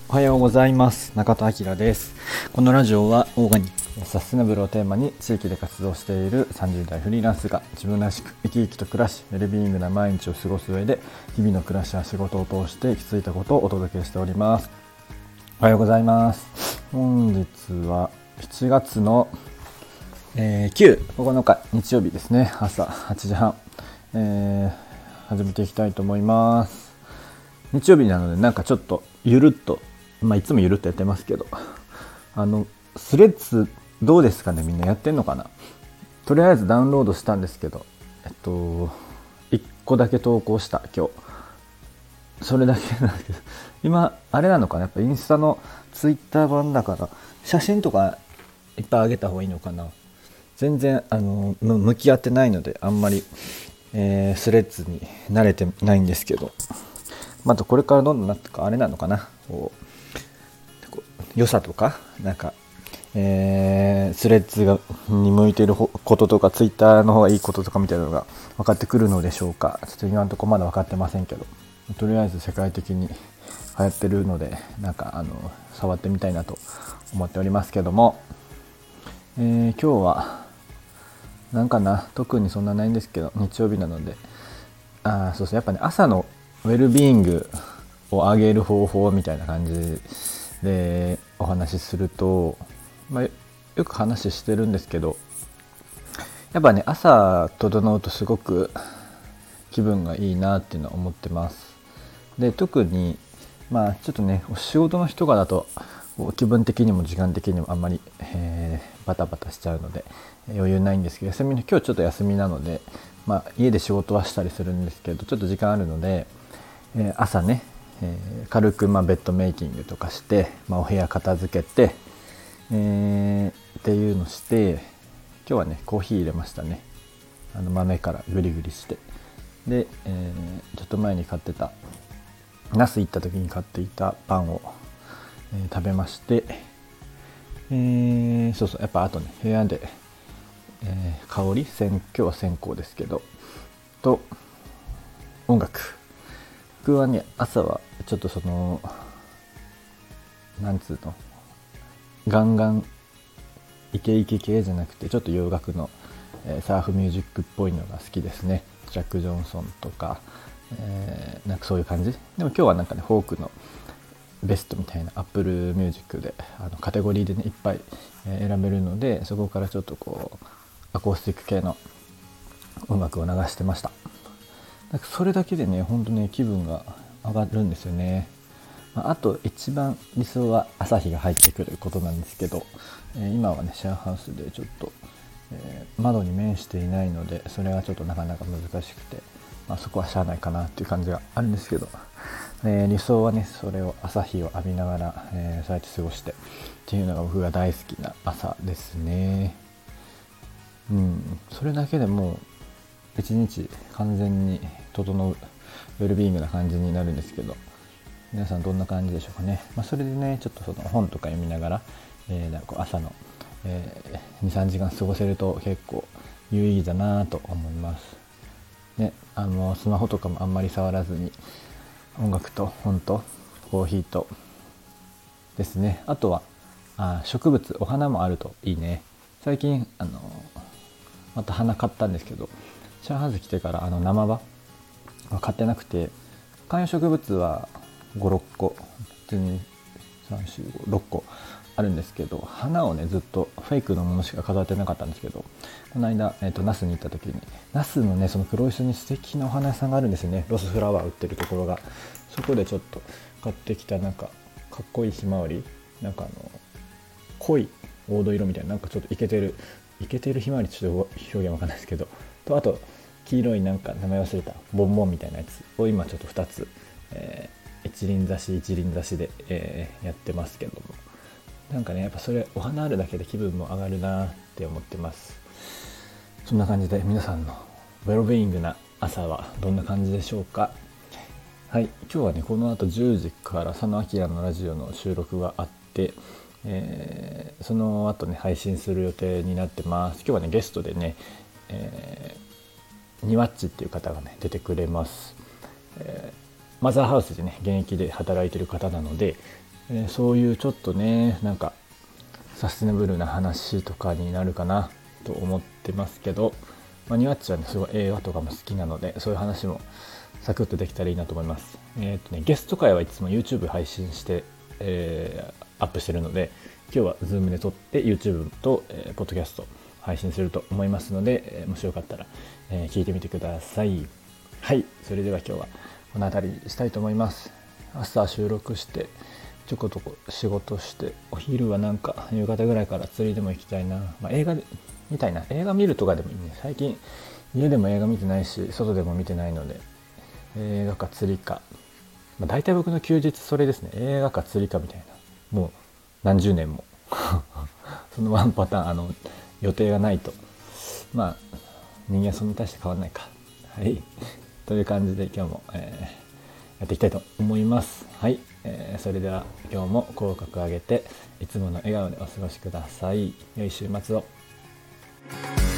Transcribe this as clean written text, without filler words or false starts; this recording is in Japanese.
おはようございます。中田明です。このラジオはオーガニック、サステナブルをテーマに地域で活動している30代フリーランスが自分らしく生き生きと暮らし、ウェルビーイングな毎日を過ごす上で日々の暮らしや仕事を通して行き着いたことをお届けしております。おはようございます。本日は7月の、9、9日日曜日ですね。朝8時半、始めていきたいと思います。日曜日なのでなんかちょっとゆるっと、いつもゆるっとやってますけど、スレッズどうですかね、みんなやってんのかな。とりあえずダウンロードしたんですけど、1個だけ投稿した今日、それだけなんですけど、今あれなのかな、やっぱインスタのツイッター版だから写真とかいっぱい上げた方がいいのかな。全然向き合ってないのであんまり、スレッズに慣れてないんですけど、またこれからどんどんなってかあれなのかな、良さとかなんか、スレッズに向いていることとかツイッターの方がいいこととかみたいなのが分かってくるのでしょうか。ちょっと今のところまだ分かってませんけど、とりあえず世界的に流行ってるのでなんか触ってみたいなと思っておりますけども、今日はなんかな、特にそんなないんですけど、日曜日なのでそうやっぱね、朝のウェルビーイングを上げる方法みたいな感じでお話しすると、よく話してるんですけど、やっぱね、朝整うとすごく気分がいいなっていうのは思ってます。で、特にちょっとね、お仕事の人がだと気分的にも時間的にもあんまり、バタバタしちゃうので余裕ないんですけど、今日ちょっと休みなので、家で仕事はしたりするんですけど、ちょっと時間あるので、朝ね、軽くベッドメイキングとかして、お部屋片付けて、っていうのして、今日はねコーヒー入れましたね。豆からグリグリして、で、ちょっと前に買ってた那須行った時に買っていたパンを、食べまして、やっぱあとね、部屋で、香り今日は線香ですけどと音楽。僕はね、朝はちょっとなんつうの、ガンガンイケイケ系じゃなくてちょっと洋楽の、サーフミュージックっぽいのが好きですね。ジャック・ジョンソンとか、なんかそういう感じ。でも今日はなんかね、フォークのベストみたいな Apple Music でカテゴリーでねいっぱい、選べるので、そこからちょっとアコースティック系の音楽を流してました。なんかそれだけでね、ほんとね、気分が上がるんですよね。あと一番理想は朝日が入ってくることなんですけど、今はねシェアハウスでちょっと、窓に面していないので、それがちょっとなかなか難しくて、そこはしゃあないかなっていう感じがあるんですけど、理想はね、それを朝日を浴びながら、そうやって過ごしてっていうのが僕が大好きな朝ですね。それだけでもう一日完全に整うウェルビーイングな感じになるんですけど、皆さんどんな感じでしょうかね。それでね、ちょっと本とか読みながら、なんか朝の、2、3時間過ごせると結構有意義だなと思いますね。スマホとかもあんまり触らずに、音楽と本とコーヒーとですね。あとは植物、お花もあるといいね。最近また花買ったんですけど、シャーハウス来てから生葉は買ってなくて、観葉植物は5、6個、1、2、3、4、5、6個あるんですけど、花をねずっとフェイクのものしか飾ってなかったんですけど、この間、那須に行った時に、那須のねその黒磯に素敵なお花屋さんがあるんですよね。ロスフラワー売ってるところが。そこでちょっと買ってきた、なんかかっこいいひまわり、なんか濃い黄土色みたいな、なんかちょっとイケてるひまわり、ちょっと表現わかんないですけど、あと黄色い、なんか名前忘れたボンボンみたいなやつを今ちょっと2つ、一輪挿しで、やってますけども、なんかね、やっぱそれお花あるだけで気分も上がるなって思ってます。そんな感じで皆さんのウェルビーイングな朝はどんな感じでしょうか。はい、今日はねこの後10時から佐野明のラジオの収録があって、その後ね配信する予定になってます。今日はねゲストでね、ニワッチっていう方がね出てくれます。マザーハウスでね現役で働いてる方なので、 そういうちょっとねなんかサステナブルな話とかになるかなと思ってますけど、ニワッチはねすごい映画とかも好きなので、そういう話もサクッとできたらいいなと思います。ゲスト会はいつも YouTube 配信して、アップしてるので、今日は Zoom で撮って YouTube と、ポッドキャスト配信すると思いますので、もしよかったら、聞いてみてください。はい、それでは今日はこの辺りにしたいと思います。朝収録してちょこちょこ仕事して、お昼はなんか夕方ぐらいから釣りでも行きたいな、映画みたいな、映画見るとかでもいいね。最近家でも映画見てないし外でも見てないので、映画か釣りか、大体僕の休日それですね。映画か釣りかみたいな、もう何十年もそのワンパターン、予定がないと人間そんな大して変わらないか。はいという感じで今日も、やっていきたいと思います。はい、それでは今日も口角上げていつもの笑顔でお過ごしください。良い週末を。